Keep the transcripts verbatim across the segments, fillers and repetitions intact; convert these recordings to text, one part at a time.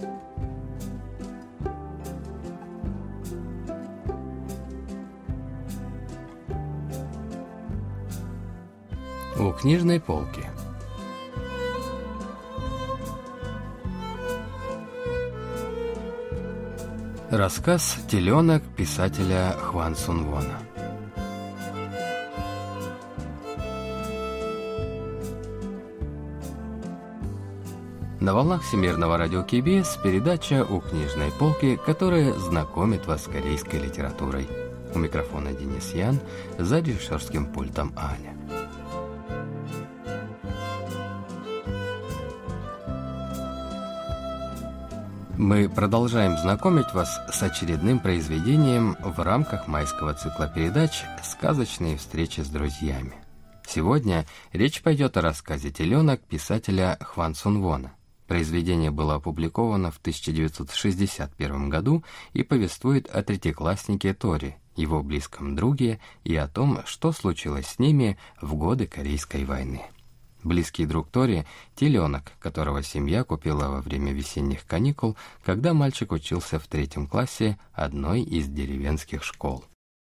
У книжной полки. Рассказ «Теленок» писателя Хван Сун Вона. На волнах Всемирного радио кей би эс передача «У книжной полки», которая знакомит вас с корейской литературой. У микрофона Денис Ян, за режиссерским пультом Аня. Мы продолжаем знакомить вас с очередным произведением в рамках майского цикла передач «Сказочные встречи с друзьями». Сегодня речь пойдет о рассказе «Теленок» писателя Хван Сун Вона. Произведение было опубликовано в тысяча девятьсот шестьдесят первом году и повествует о третьекласснике Тори, его близком друге и о том, что случилось с ними в годы Корейской войны. Близкий друг Тори – теленок, которого семья купила во время весенних каникул, когда мальчик учился в третьем классе одной из деревенских школ.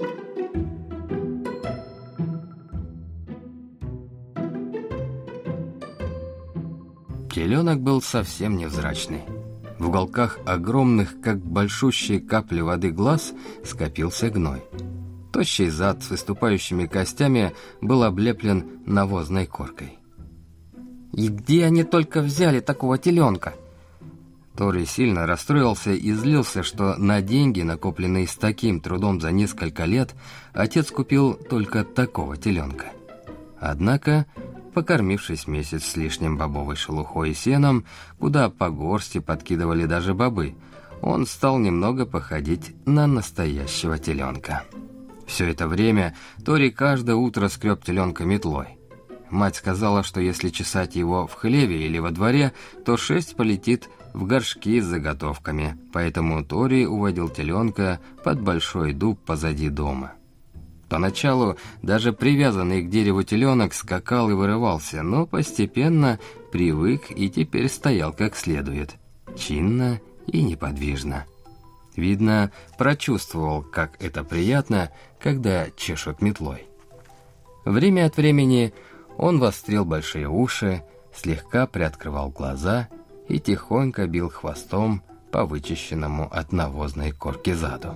Теленок был совсем невзрачный. В уголках огромных, как большущие капли воды глаз, скопился гной. Тощий зад с выступающими костями был облеплен навозной коркой. «И где они только взяли такого теленка?» Тори сильно расстроился и злился, что на деньги, накопленные с таким трудом за несколько лет, отец купил только такого теленка. Однако, покормившись месяц с лишним бобовой шелухой и сеном, куда по горсти подкидывали даже бобы, он стал немного походить на настоящего теленка. Все это время Тори каждое утро скреб теленка метлой. Мать сказала, что если чесать его в хлеве или во дворе, то шерсть полетит в горшки с заготовками, поэтому Тори уводил теленка под большой дуб позади дома. Поначалу даже привязанный к дереву теленок скакал и вырывался, но постепенно привык и теперь стоял как следует, чинно и неподвижно. Видно, прочувствовал, как это приятно, когда чешут метлой. Время от времени он вострил большие уши, слегка приоткрывал глаза и тихонько бил хвостом по вычищенному от навозной корки заду.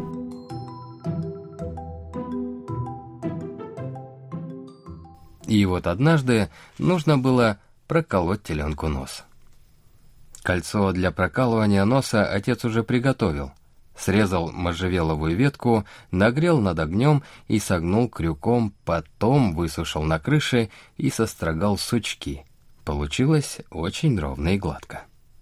И вот однажды нужно было проколоть теленку нос. Кольцо для прокалывания носа отец уже приготовил. Срезал можжевеловую ветку, нагрел над огнем и согнул крюком, потом высушил на крыше и сострогал сучки. Получилось очень ровно и гладко.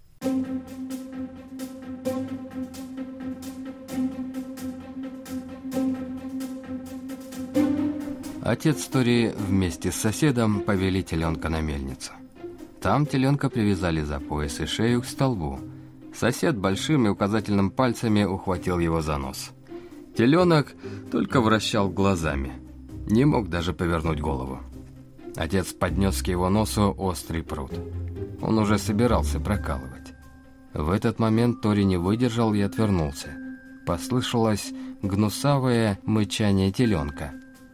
Отец Тори вместе с соседом повели теленка на мельницу. Там теленка привязали за пояс и шею к столбу. Сосед большим и указательным пальцами ухватил его за нос. Теленок только вращал глазами, не мог даже повернуть голову. Отец поднес к его носу острый прут. Он уже собирался прокалывать. В этот момент Тори не выдержал и отвернулся. Послышалось гнусавое мычание теленка.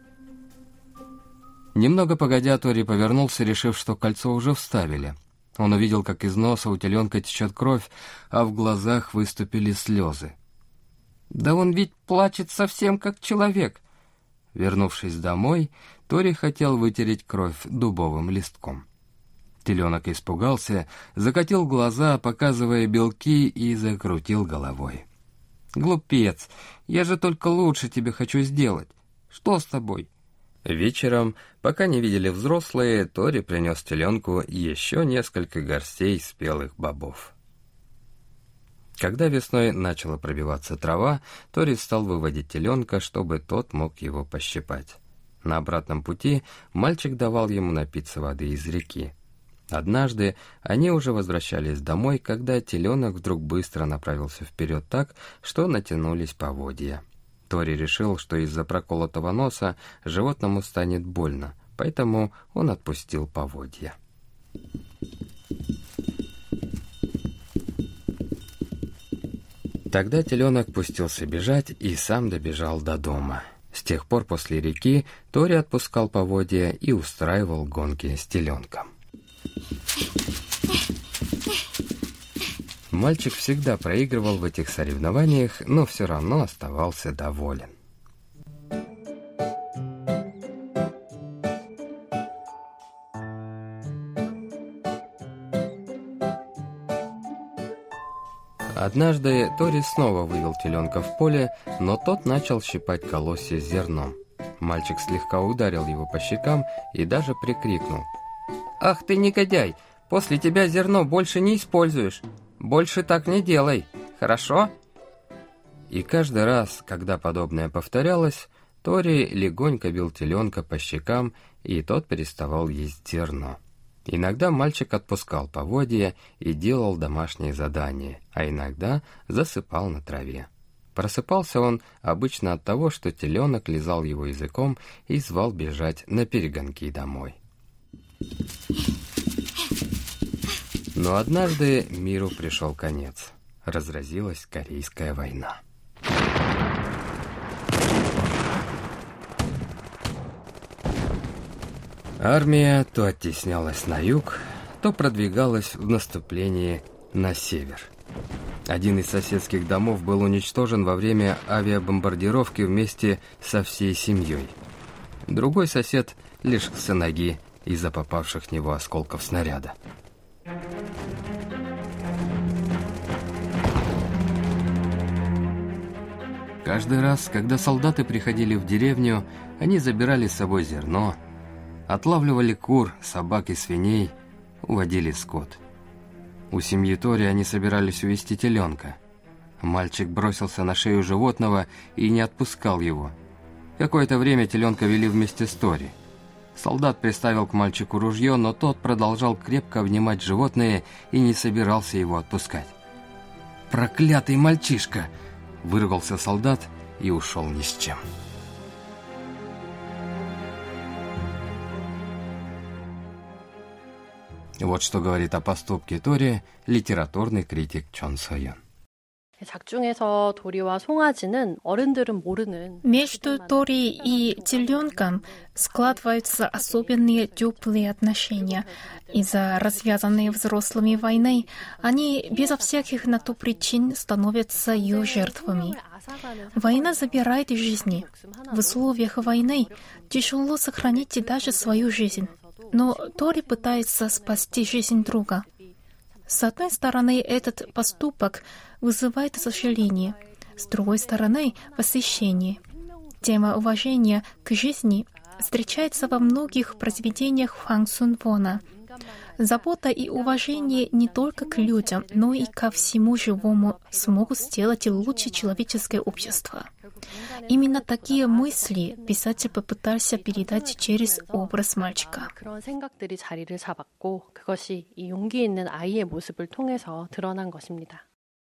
Немного погодя, Тори повернулся, решив, что кольцо уже вставили. Он увидел, как из носа у теленка течет кровь, а в глазах выступили слезы. «Да он ведь плачет совсем как человек!» Вернувшись домой, Тори хотел вытереть кровь дубовым листком. Теленок испугался, закатил глаза, показывая белки, и закрутил головой. «Глупец! Я же только лучше тебе хочу сделать! Что с тобой?» Вечером, пока не видели взрослые, Тори принес теленку еще несколько горстей спелых бобов. Когда весной начала пробиваться трава, Тори стал выводить теленка, чтобы тот мог его пощипать. На обратном пути мальчик давал ему напиться воды из реки. Однажды они уже возвращались домой, когда теленок вдруг быстро направился вперед так, что натянулись поводья. Тори решил, что из-за проколотого носа животному станет больно, поэтому он отпустил поводья. Тогда теленок пустился бежать и сам добежал до дома. С тех пор после реки Тори отпускал поводья и устраивал гонки с теленком. Мальчик всегда проигрывал в этих соревнованиях, но все равно оставался доволен. Однажды Тори снова вывел теленка в поле, но тот начал щипать колосья с зерном. Мальчик слегка ударил его по щекам и даже прикрикнул: «Ах ты негодяй! После тебя зерно больше не используешь! Больше так не делай, хорошо?» И каждый раз, когда подобное повторялось, Тори легонько бил теленка по щекам, и тот переставал есть зерно. Иногда мальчик отпускал поводья и делал домашние задания, а иногда засыпал на траве. Просыпался он обычно от того, что теленок лизал его языком и звал бежать на перегонки домой. Но однажды миру пришел конец. Разразилась Корейская война. Армия то оттеснялась на юг, то продвигалась в наступлении на север. Один из соседских домов был уничтожен во время авиабомбардировки вместе со всей семьей. Другой сосед лишился ноги из-за попавших в него осколков снаряда. Каждый раз, когда солдаты приходили в деревню, они забирали с собой зерно, отлавливали кур, собак и свиней, уводили скот. У семьи Тори они собирались увести теленка. Мальчик бросился на шею животного и не отпускал его. Какое-то время теленка вели вместе с Тори. Солдат приставил к мальчику ружье, но тот продолжал крепко обнимать животное и не собирался его отпускать. «Проклятый мальчишка!» – выругался солдат и ушел ни с чем. Вот что говорит о поступке Тори литературный критик Чон Со-ён. Между Тори и теленком складываются особенные теплые отношения. Из-за развязанной взрослыми войны они безо всяких на то причин становятся ее жертвами. Война забирает жизни. В условиях войны тяжело сохранить даже свою жизнь. Но Тори пытается спасти жизнь друга. С одной стороны, этот поступок вызывает сожаление, с другой стороны – восхищение. Тема уважения к жизни встречается во многих произведениях Хван Сун Вона. Забота и уважение не только к людям, но и ко всему живому смогут сделать лучше человеческое общество. Именно такие мысли писатель попытался передать через образ мальчика. 그런 생각들이 자리를 잡았고 그것이 이 용기 있는 아이의 모습을 통해서 드러난 것입니다.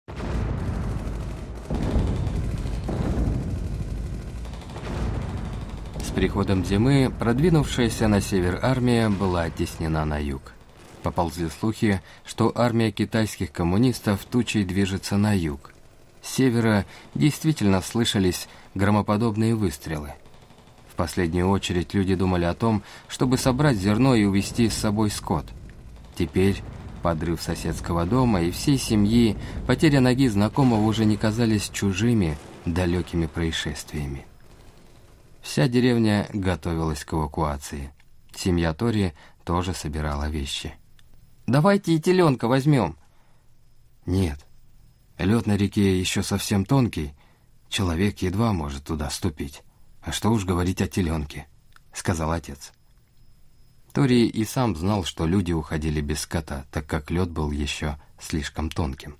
С приходом зимы продвинувшаяся на север армия была оттеснена на юг. Поползли слухи, что армия китайских коммунистов тучей движется на юг. С севера действительно слышались громоподобные выстрелы. В последнюю очередь люди думали о том, чтобы собрать зерно и увезти с собой скот. Теперь подрыв соседского дома и всей семьи, потеря ноги знакомого уже не казались чужими, далекими происшествиями. Вся деревня готовилась к эвакуации. Семья Тори тоже собирала вещи. «Давайте и теленка возьмем». «Нет, лед на реке еще совсем тонкий, человек едва может туда ступить. А что уж говорить о теленке», — сказал отец. Тори и сам знал, что люди уходили без скота, так как лед был еще слишком тонким.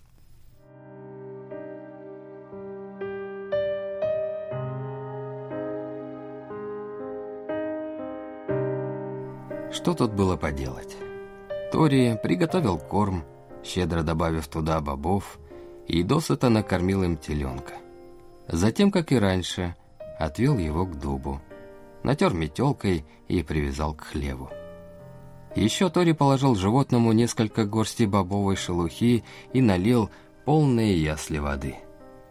Что тут было поделать? Тори приготовил корм, щедро добавив туда бобов, и досыта накормил им теленка. Затем, как и раньше, отвел его к дубу, натер метелкой и привязал к хлеву. Еще Тори положил животному несколько горстей бобовой шелухи и налил полные ясли воды.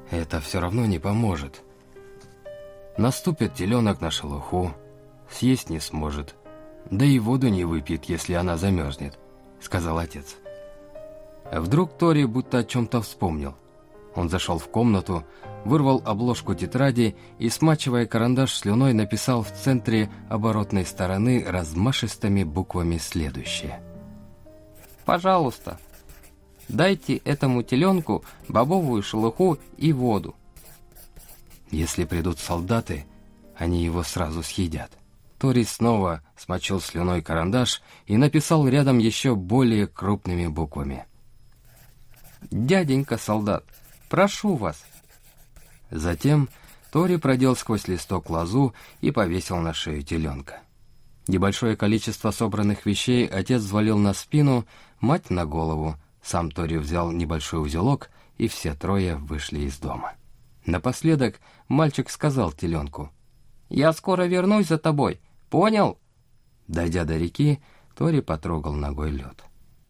Это все равно не поможет. Наступит теленок на шелуху, съесть не сможет, да и воду не выпьет, если она замерзнет, сказал отец. Вдруг Тори будто о чем-то вспомнил. Он зашел в комнату, вырвал обложку тетради и, смачивая карандаш слюной, написал в центре оборотной стороны размашистыми буквами следующее. «Пожалуйста, дайте этому теленку бобовую шелуху и воду. Если придут солдаты, они его сразу съедят». Тори снова смочил слюной карандаш и написал рядом еще более крупными буквами. «Дяденька солдат, прошу вас». Затем Тори продел сквозь листок лозу и повесил на шею теленка. Небольшое количество собранных вещей отец взвалил на спину, мать на голову. Сам Тори взял небольшой узелок, и все трое вышли из дома. Напоследок мальчик сказал теленку: «Я скоро вернусь за тобой, понял?» Дойдя до реки, Тори потрогал ногой лед.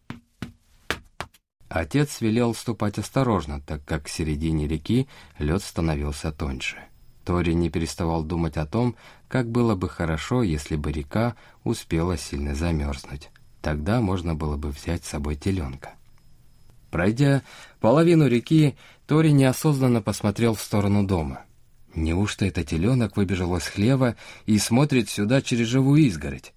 Отец велел ступать осторожно, так как к середине реки лед становился тоньше. Тори не переставал думать о том, как было бы хорошо, если бы река успела сильно замерзнуть. Тогда можно было бы взять с собой теленка. Пройдя половину реки, Тори неосознанно посмотрел в сторону дома. Неужто это теленок выбежал из хлева и смотрит сюда через живую изгородь?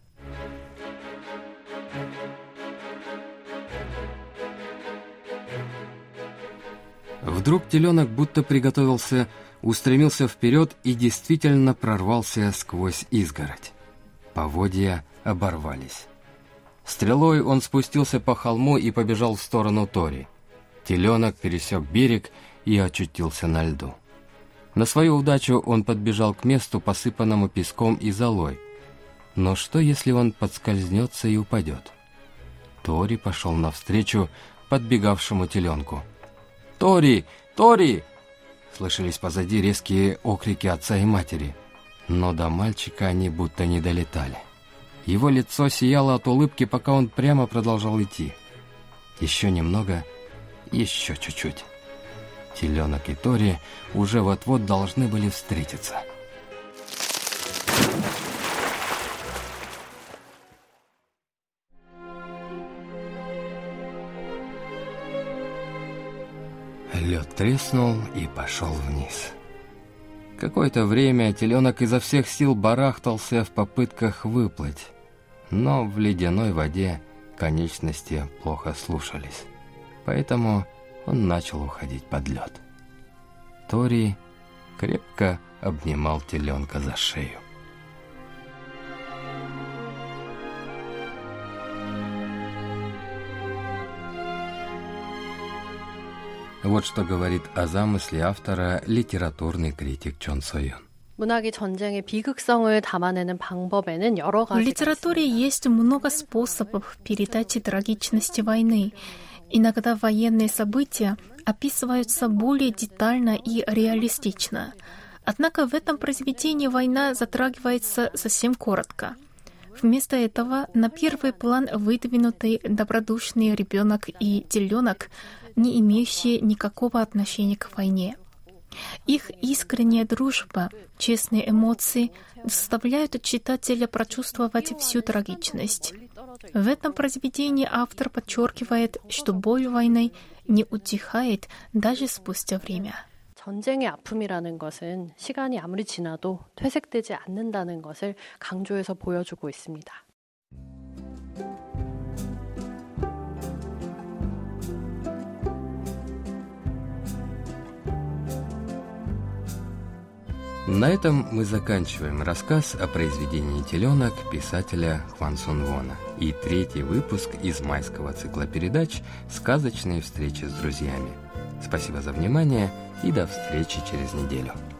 Вдруг теленок будто приготовился, устремился вперед и действительно прорвался сквозь изгородь. Поводья оборвались. Стрелой он спустился по холму и побежал в сторону Тори. Теленок пересек берег и очутился на льду. На свою удачу он подбежал к месту, посыпанному песком и золой. Но что, если он подскользнется и упадет? Тори пошел навстречу подбегавшему теленку. «Тори! Тори!» Слышались позади резкие окрики отца и матери. Но до мальчика они будто не долетали. Его лицо сияло от улыбки, пока он прямо продолжал идти. Еще немного, еще чуть-чуть. Теленок и Тори уже вот-вот должны были встретиться. Лед треснул и пошел вниз. Какое-то время теленок изо всех сил барахтался в попытках выплыть, но в ледяной воде конечности плохо слушались, поэтому он начал уходить под лед. Тори крепко обнимал теленка за шею. Вот что говорит о замысле автора литературный критик Чон Со-Юн. 문학이 전쟁의 비극성을 담아내는 방법에는 여러 В 가지가 литературе есть много способов передачи трагичности войны. Иногда военные события описываются более детально и реалистично. Однако в этом произведении война затрагивается совсем коротко. Вместо этого на первый план выдвинутый добродушный ребенок и теленок, не имеющие никакого отношения к войне. Их искренняя дружба, честные эмоции заставляют читателя прочувствовать всю трагичность. В этом произведении автор подчеркивает, что боль войны не утихает даже спустя время. 전쟁의 아픔이라는 것은 시간이 아무리 지나도 퇴색되지 않는다는 것을 강조해서 보여주고 있습니다. На этом мы заканчиваем рассказ о произведении «Теленок» писателя Хван Сун Вона и третий выпуск из майского цикла передач «Сказочные встречи с друзьями». Спасибо за внимание и до встречи через неделю.